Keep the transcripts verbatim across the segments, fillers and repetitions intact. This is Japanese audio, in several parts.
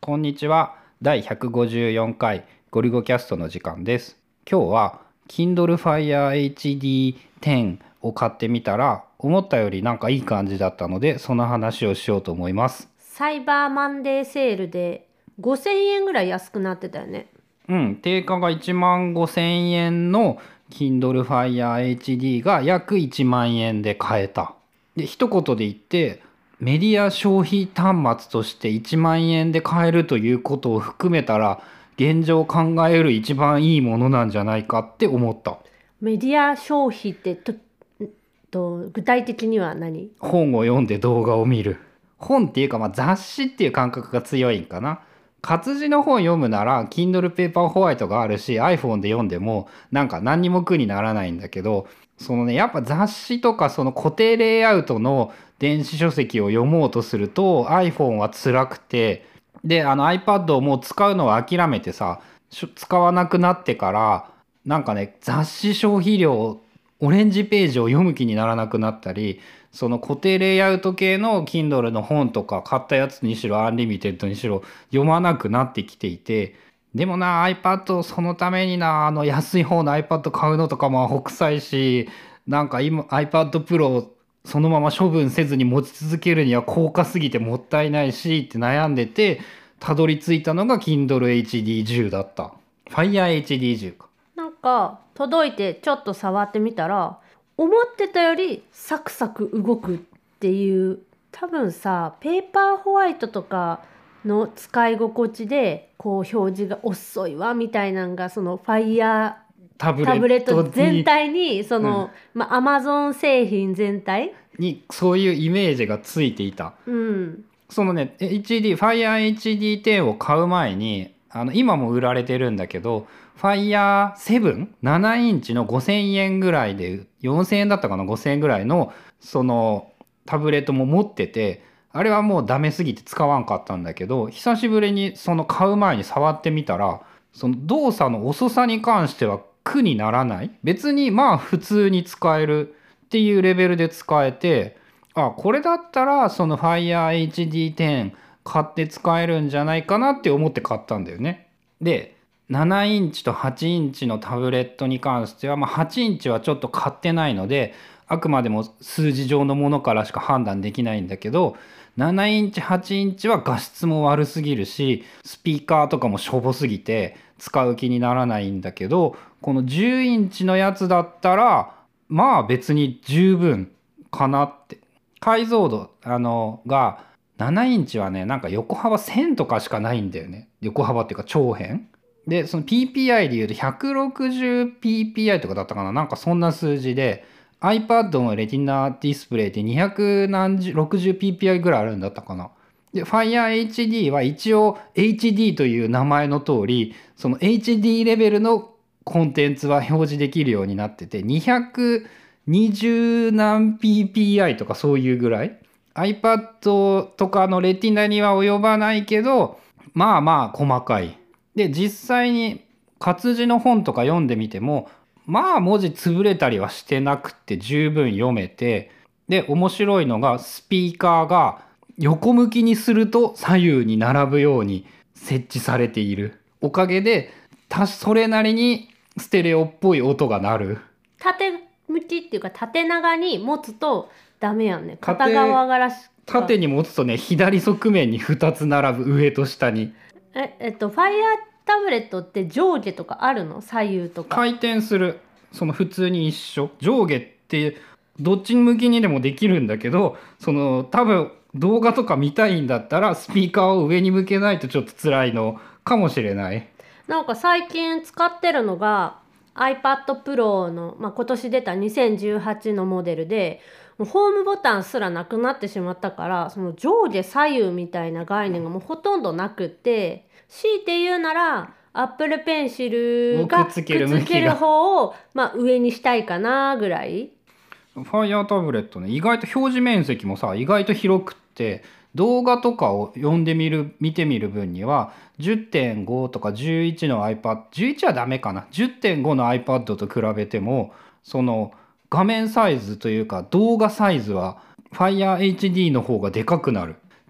こんにちは。だいひゃくごじゅうよんかいゴリゴキャストの時間です。今日は Kindle Fire エイチディーテン を買ってみたら思ったよりなんかいい感じだったので、その話をしようと思います。 サイバーマンデーセールでごせんえんぐらい安くなってたよね。 うん、定価がいちまんごせんえんの Kindle Fire エイチディー が約いちまんえんで買えた。で、一言で言って、メディア消費端末としていちまんえんで買えるということを含めたら、現状考える一番いいものなんじゃないかって思った。 メディア消費ってとと具体的には何？ 本を読んで動画を見る。本っていうか、まあ、雑誌っていう感覚が強いんかな。活字の本読むなら Kindle Paper White があるし iPhone で読んでもなんか何にも苦にならないんだけど、そのねやっぱ雑誌とかその固定レイアウトの電子書籍を読もうとすると iPhone は辛くて、であの iPad をもう使うのは諦めてさ、使わなくなってからなんかね雑誌消費量オレンジページを読む気にならなくなったり、その固定レイアウト系の Kindle の本とか買ったやつにしろアンリミテッドにしろ読まなくなってきていて、でもな iPad そのためになあの安い方の iPad 買うのとかもアホ臭いし、なんか今 iPad Pro をそのまま処分せずに持ち続けるには高価すぎてもったいないしって悩んでて、たどり着いたのが Kindle エイチディーテン だった。 Fire エイチディーテン か。 なんか届いてちょっと触ってみたら思ってたよりサクサク動くっていう、多分さペーパーホワイトとかの使い心地でこう表示が遅いわみたいなのがそのファイヤータブレタブレットットに全体にその、 うんまあアマゾン製品全体、 にそういうイメージがついていた。 うん、 そのね エイチディー Fire エイチディーテン を買う前にあの今も売られてるんだけど Fire セブン、ななインチのごせんえんぐらいでよんせんえんだったかな、ごせんえんぐらいのそのタブレットも持ってて、あれはもうダメすぎて使わんかったんだけど、久しぶりにその買う前に触ってみたら、その動作の遅さに関しては苦にならない、別にまあ普通に使えるっていうレベルで使えて、あ、これだったらその Fire エイチディーテン 買って使えるんじゃないかなって思って買ったんだよね。で、ななインチとはちインチのタブレットに関しては、まあ、はちインチはちょっと買ってないので、あくまでも数字上のものからしか判断できないんだけど、ななインチ、はちインチは画質も悪すぎるし、スピーカーとかもしょぼすぎて使う気にならないんだけど、このじゅうインチのやつだったら、まあ別に十分かなって。解像度あのがななインチはね、なんか横幅せんとかしかないんだよね。横幅っていうか長辺で、その ピーピーアイ でいうと ひゃくろくじゅうピーピーアイ とかだったかな、なんかそんな数字で iPad のレティナディスプレイってにひゃくろくじゅうピーピーアイ ぐらいあるんだったかな。で Fire エイチディー は一応 エイチディー という名前の通り、その エイチディー レベルのコンテンツは表示できるようになってて、にひゃくにじゅう何 ピーピーアイ とかそういうぐらい iPad とかのレティナには及ばないけど、まあまあ細かい。で実際に活字の本とか読んでみてもまあ文字潰れたりはしてなくて十分読めて、で面白いのがスピーカーが横向きにすると左右に並ぶように設置されているおかげで、それなりにステレオっぽい音が鳴る。 縦向きっていうか縦長に持つとダメやんね。片側がらし縦に持つとね、左側面にふたつ並ぶ、上と下に。 ええっとファイヤータブレットって上下とかあるの？左右とか。 回転する。その普通に一緒。上下ってどっち向きにでもできるんだけど、その多分動画とか見たいんだったらスピーカーを上に向けないとちょっと辛いのかもしれない。 なんか最近使ってるのが iPad Pro の、まあ、今年出たにせんじゅうはちのモデルで、もうホームボタンすらなくなってしまったから、その上下左右みたいな概念がもうほとんどなくて、強いて言うなら Apple Pencil がくっつける方を、まあ、上にしたいかなぐらい。 Fire タブレットね、意外と表示面積もさ意外と広くって、動画とかを読んでみる見てみる分には じゅってんご とかじゅういちの iPad、 じゅういちはダメかな、 じゅってんご の iPad と比べてもその画面サイズというか動画サイズは Fire エイチディー の方がでかくなる。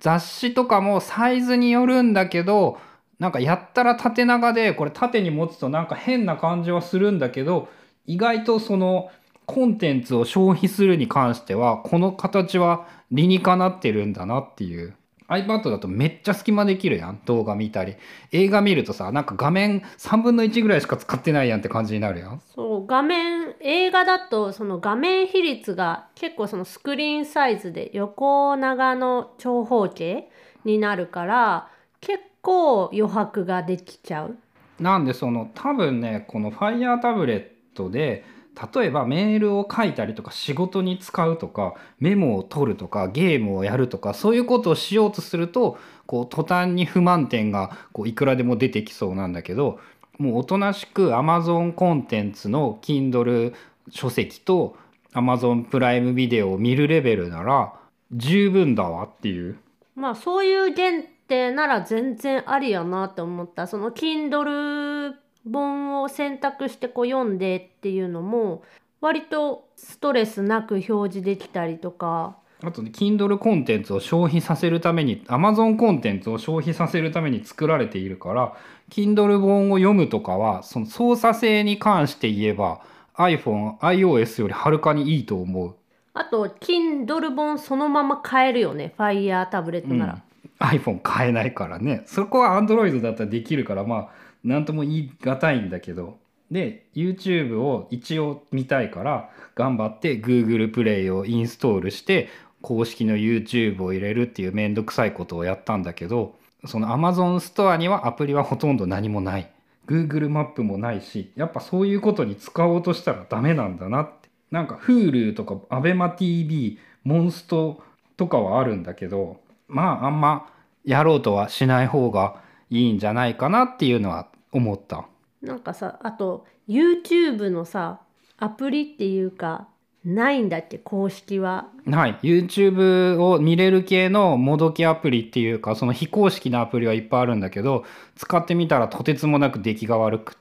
雑誌とかもサイズによるんだけど、なんかやったら縦長でこれ縦に持つとなんか変な感じはするんだけど、意外とそのコンテンツを消費するに関してはこの形は理にかなってるんだなっていう。 iPad だとめっちゃ隙間できるやん。動画見たり映画見るとさ、なんか画面さんぶんのいちぐらいしか使ってないやんって感じになるやん。 そう画面映画だとその画面比率が結構そのスクリーンサイズで横長の長方形になるから結構余白ができちゃう。 なんでその多分ね、この Fire タブレットで例えばメールを書いたりとか仕事に使うとかメモを取るとかゲームをやるとかそういうことをしようとすると、こう途端に不満点がこういくらでも出てきそうなんだけど、もうおとなしく Amazon コンテンツの Kindle 書籍と Amazon プライムビデオを見るレベルなら十分だわっていう。 まあそういう限定なら全然ありやなって思った。その Kindle 本を選択してこう読んでっていうのも割とストレスなく表示できたりとか。 あとね、Kindle コンテンツを消費させるために Amazon コンテンツを消費させるために作られているから、 Kindle 本を読むとかはその操作性に関して言えば iPhone、iOS よりはるかにいいと思う。 あと Kindle 本そのまま買えるよね Fire タブレットなら、 うん、iPhone 買えないからね。そこは Android だったらできるから、まあ何とも言い難いんだけど、で YouTube を一応見たいから頑張って Google プレイをインストールして公式の YouTube を入れるっていうめんどくさいことをやったんだけど、その Amazon ストアにはアプリはほとんど何もない、 Google マップもないし、やっぱそういうことに使おうとしたらダメなんだなって。なんか Hulu とか ABEMATV、 モンストとかはあるんだけど、まああんまやろうとはしない方がいいんじゃないかなっていうのは思った。 なんかさ、あと YouTube のさアプリっていうかないんだっけ公式は。 はい、YouTube を見れる系のもどきアプリっていうか、その非公式なアプリはいっぱいあるんだけど、使ってみたらとてつもなく出来が悪くって、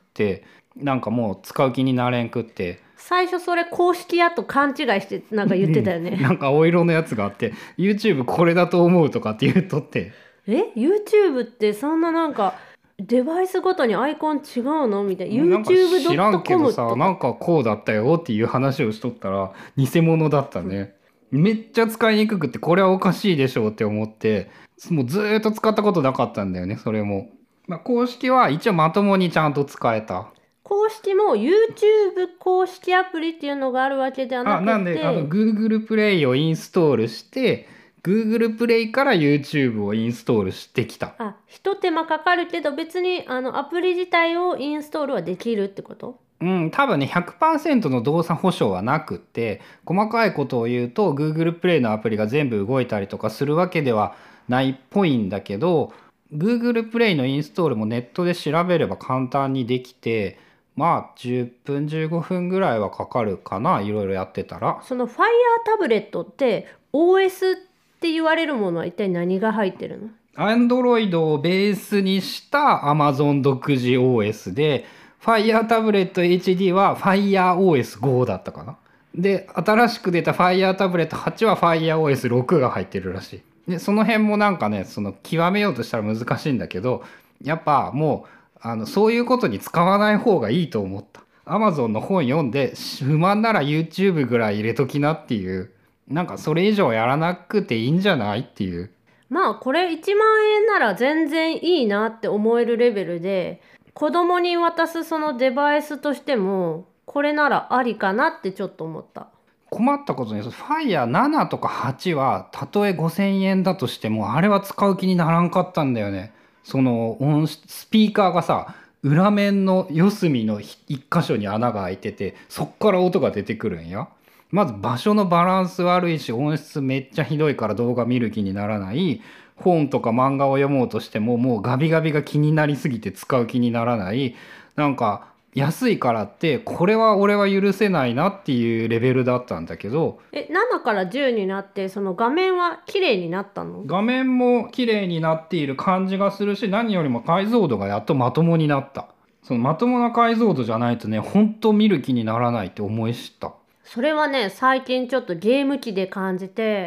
なんかもう使う気になれんくって。 最初それ公式やと勘違いしてなんか言ってたよね、 うん、なんか青色のやつがあって YouTube これだと思うとかって言うとって、 え YouTube ってそんななんかデバイスごとにアイコン違うのみたいな。 なんか知らんけど YouTube.com さ、 とかなんかこうだったよっていう話をしとったら偽物だったね、うん、めっちゃ使いにくくって、これはおかしいでしょうって思って、もうずーっと使ったことなかったんだよね。それも、まあ、公式は一応まともにちゃんと使えた。 公式も YouTube 公式アプリっていうのがあるわけではなくて、 あ、なんであの Google プレイをインストールして Google プレイから YouTube をインストールしてきた。 あ、ひと手間かかるけど別にあのアプリ自体をインストールはできるってこと？ うん、多分ね ひゃくパーセント の動作保証はなくって、細かいことを言うと Google プレイのアプリが全部動いたりとかするわけではないっぽいんだけど、 Google プレイのインストールもネットで調べれば簡単にできて、まあじゅっぷんじゅうごふんぐらいはかかるかな、いろいろやってたら。 その Fire タブレットって オーエス って言われるものは一体何が入ってるの ？Android をベースにした Amazon 独自 オーエス で、Fire タブレット エイチディー は FireOS ごだったかな。で、新しく出た Fire タブレットはちは FireOS ろくが入ってるらしい。で、その辺もなんかね、その極めようとしたら難しいんだけど、やっぱもうあのそういうことに使わない方がいいと思った。Amazon の本読んで不満なら YouTube ぐらい入れときなっていう、なんかそれ以上やらなくていいんじゃないっていう。 まあこれいちまん円なら全然いいなって思えるレベルで、子供に渡すそのデバイスとしてもこれならありかなってちょっと思った。 困ったことに Fire ななとかはちはたとえごせんえんだとしてもあれは使う気にならんかったんだよね。その音スピーカーがさ、裏面の四隅の一箇所に穴が開いてて、そっから音が出てくるんや。まず場所のバランス悪いし、音質めっちゃひどいから動画見る気にならない。本とか漫画を読もうとしてももうガビガビが気になりすぎて使う気にならない。なんか安いからってこれは俺は許せないなっていうレベルだったんだけど。 え、ななからじゅうになってその画面は綺麗になったの？ 画面も綺麗になっている感じがするし、何よりも解像度がやっとまともになった。そのまともな解像度じゃないとね、本当見る気にならないって思い知った。 それはね、最近ちょっとゲーム機で感じて、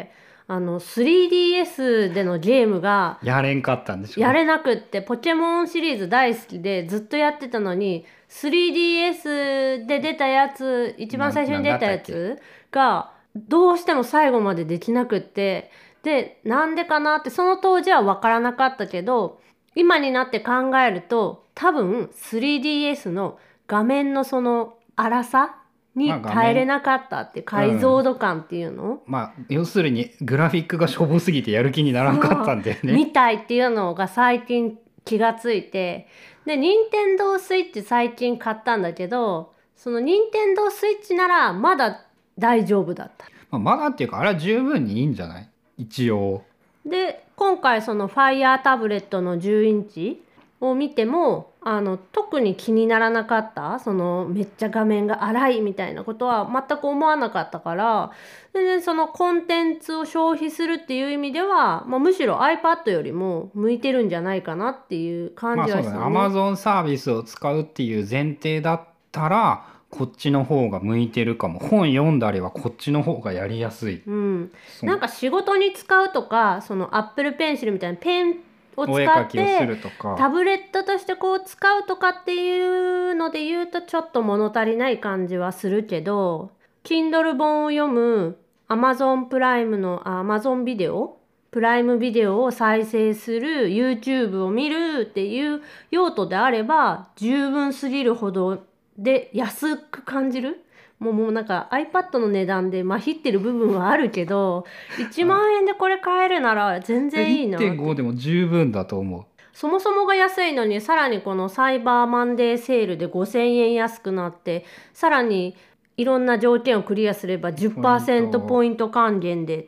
あの スリーディーエス でのゲームがやれんかったんでしょ。 やれなくって、ポケモンシリーズ大好きでずっとやってたのに スリーディーエス で出たやつ、一番最初に出たやつがどうしても最後までできなくって、でなんでかなってその当時は分からなかったけど、今になって考えると多分 スリーディーエス の画面のその粗さに耐えれなかったって、解像度感っていうの、 まあ要するにグラフィックがしょぼすぎてやる気にならなかったんだよね。 みたいっていうのが最近気がついて、で任天堂スイッチ最近買ったんだけど、その任天堂スイッチならまだ大丈夫だった。 まあ、まだっていうかあれは十分にいいんじゃない？一応。 で今回その Fire タブレットのじゅうインチを見ても、あの特に気にならなかった、そのめっちゃ画面が荒いみたいなことは全く思わなかったから、全然そのコンテンツを消費するっていう意味では、まあ、むしろ iPad よりも向いてるんじゃないかなっていう感じはしたね。 まあそうだね。Amazon サービスを使うっていう前提だったらこっちの方が向いてるかも。本読んだりはこっちの方がやりやすい。 うん、なんか仕事に使うとか、その Apple Pencil みたいなペンを使お絵っ描きをすてるとか。 タブレットとしてこう使うとかっていうので言うとちょっと物足りない感じはするけど、 Kindle 本を読む、 Amazon プライムのあ Amazon ビデオプライムビデオを再生する、 YouTube を見るっていう用途であれば十分すぎるほどで安く感じる。もうもうなんか iPad の値段でまひってる部分はあるけど、いちまん円でこれ買えるなら全然いいなって。 いってんごでも十分だと思う。 そもそもが安いのに、さらにこのサイバーマンデーセールでごせんえん安くなって、さらにいろんな条件をクリアすれば じゅっパーセント ポイント還元でって、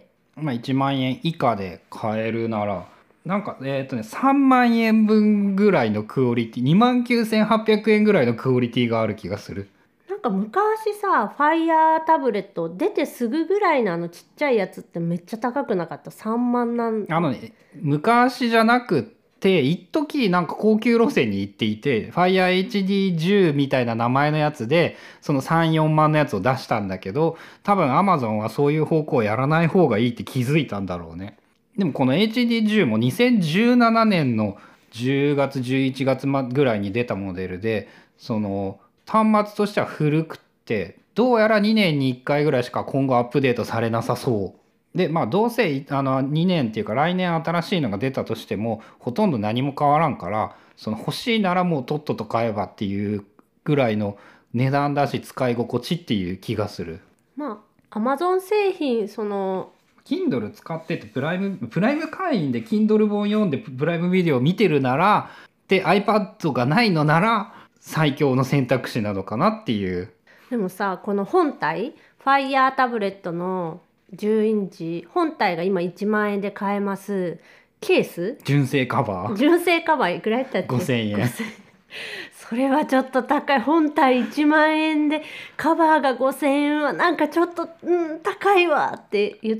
まあ、いちまん円以下で買えるならなんかえっとねさんまん円分ぐらいのクオリティ、にまんきゅうせんはっぴゃくえんぐらいのクオリティがある気がする。 なんか昔さ、ファイヤータブレット出てすぐぐらいのあのちっちゃいやつってめっちゃ高くなかった？さんまんなん。 あのね昔じゃなくって一時なんか高級路線に行っていて Fire エイチディーじゅう みたいな名前のやつでそのさん、よんまんのやつを出したんだけど、多分 Amazon はそういう方向をやらない方がいいって気づいたんだろうね。でもこの エイチディーじゅう もにせんじゅうななねんのじゅうがつじゅういちがつぐらいに出たモデルで、その端末としては古くってどうやらにねんにいっかいぐらいしか今後アップデートされなさそうで、まあどうせあのにねんっていうか来年新しいのが出たとしてもほとんど何も変わらんから、その欲しいならもうとっとと買えばっていうぐらいの値段だし使い心地っていう気がする。 まあ Amazon 製品、その Kindle 使っててプライムプライム会員で Kindle 本読んでプライムビデオ見てるならで iPad がないのなら最強の選択肢なのかなっていう。 でもさ、この本体 Fire タブレットのじゅうインチ本体が今いちまん円で買えます。ケース純正カバー純正カバーいくらやったっけ？ ごせんえん。 それはちょっと高い。本体いちまん円でカバーがごせんえんはなんかちょっと、うん、高いわって言って、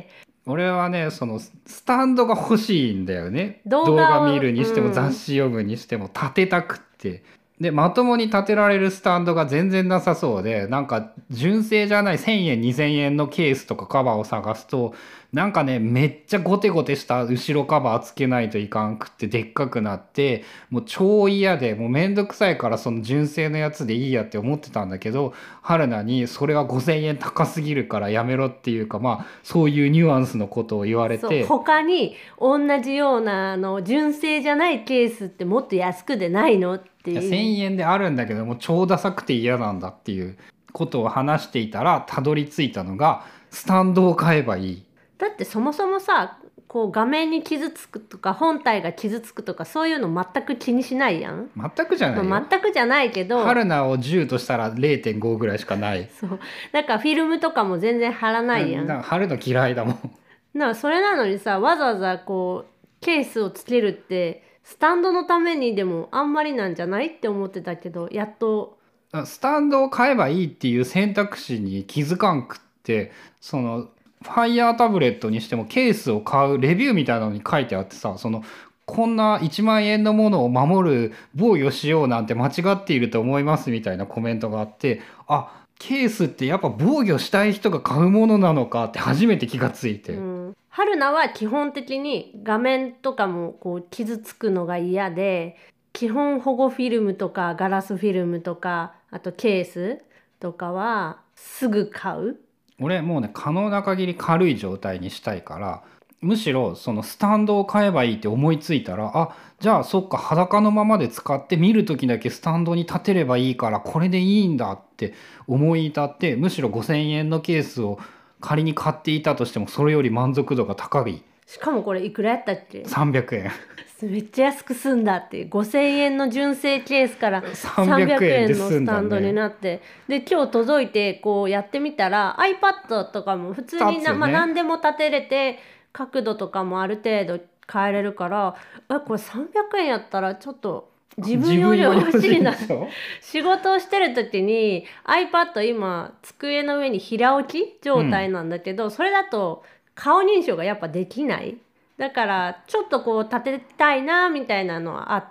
俺はねそのスタンドが欲しいんだよね。 動画を動画見るにしてもうん雑誌読むにしても立てたくって、でまともに立てられるスタンドが全然なさそうで、なんか純正じゃないせんえんにせんえんのケースとかカバーを探すとなんかねめっちゃゴテゴテした後ろカバーつけないといかんくってでっかくなってもう超嫌で、もうめんどくさいからその純正のやつでいいやって思ってたんだけど、春菜にそれはごせんえん高すぎるからやめろっていうか、まあそういうニュアンスのことを言われそうて、 他に同じようなあの純正じゃないケースってもっと安くでないのっていう。 せんえんであるんだけども超ダサくて嫌なんだっていうことを話していたらたどり着いたのがスタンドを買えばいい。 だってそもそもさ、こう画面に傷つくとか本体が傷つくとかそういうの全く気にしないやん。 全くじゃないよ、 まあ、全くじゃないけど、 春菜をじゅうとしたら れいてんご ぐらいしかない。 そうだからフィルムとかも全然貼らないやん。だかだから春菜嫌いだもん。 らそれなのにさ、わざわざこうケースをつけるってスタンドのためにでもあんまりなんじゃないって思ってたけど、やっとスタンドを買えばいいっていう選択肢に気づかんくって、そのファイヤータブレットにしてもケースを買うレビューみたいなのに書いてあってさ、そのこんないちまん円のものを守る防御しようなんて間違っていると思いますみたいなコメントがあって、あケースってやっぱ防御したい人が買うものなのかって初めて気がついて、 うん、春菜は基本的に画面とかもこう傷つくのが嫌で、基本保護フィルムとかガラスフィルムとかあとケースとかはすぐ買う。 俺もうね可能な限り軽い状態にしたいから、むしろそのスタンドを買えばいいって思いついたら、あじゃあそっか裸のままで使って見る時だけスタンドに立てればいいからこれでいいんだって思い至って、むしろごせんえんのケースを仮に買っていたとしてもそれより満足度が高い。 しかもこれいくらやったっけ？ さんびゃくえん。 めっちゃ安く済んだって。ごせんえんの純正ケースからさんびゃくえんで済んだね。 さんびゃくえんのスタンドになって、で今日届いてこうやってみたら iPad とかも普通にな、 立つねまあ、何でも立てれて角度とかもある程度変えれるから、あこれさんびゃくえんやったらちょっと自分用に欲しいな。 自分用でしょ。 仕事をしてる時に iPad 今机の上に平置き状態なんだけど、うん、それだと顔認証がやっぱできない。だからちょっとこう立てたいなみたいなのはあって、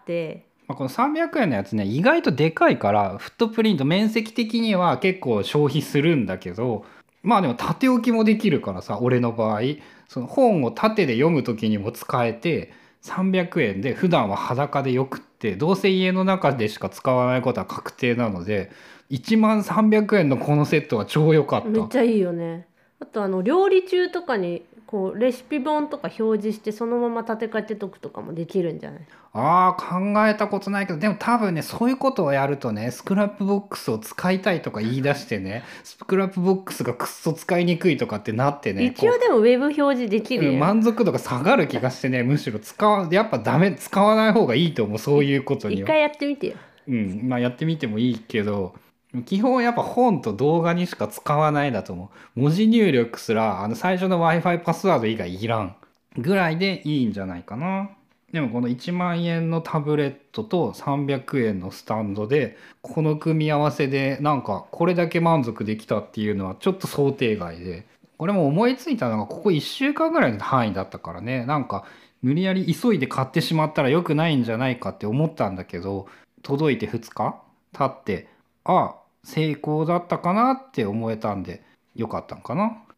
まあこのさんびゃくえんのやつね意外とでかいからフットプリント面積的には結構消費するんだけど、まあでも縦置きもできるからさ、俺の場合その本を縦で読む時にも使えてさんびゃくえんで普段は裸でよくって、どうせ家の中でしか使わないことは確定なのでいちまんさんびゃくえんのこのセットは超良かった。 めっちゃいいよね。あとあの料理中とかにこうレシピ本とか表示してそのまま立て替えてとくとかもできるんじゃない？ あー考えたことないけど、でも多分ねそういうことをやるとねスクラップボックスを使いたいとか言い出してねスクラップボックスがくっそ使いにくいとかってなってね、 一応でもウェブ表示できるよ。 満足度が下がる気がしてね、むしろ使わやっぱダメ使わない方がいいと思う、そういうことには。 一回やってみてよ。 うんまあやってみてもいいけど、基本やっぱ本と動画にしか使わないだと思う。文字入力すらあの最初の Wi-Fi パスワード以外いらんぐらいでいいんじゃないかな。でもこのいちまんえんのタブレットとさんびゃくえんのスタンドでこの組み合わせでなんかこれだけ満足できたっていうのはちょっと想定外で、これも思いついたのがここいっしゅうかんぐらいの範囲だったからね、なんか無理やり急いで買ってしまったら良くないんじゃないかって思ったんだけど、届いてふつか経ってあ成功だったかなって思えたんでよかったんかな。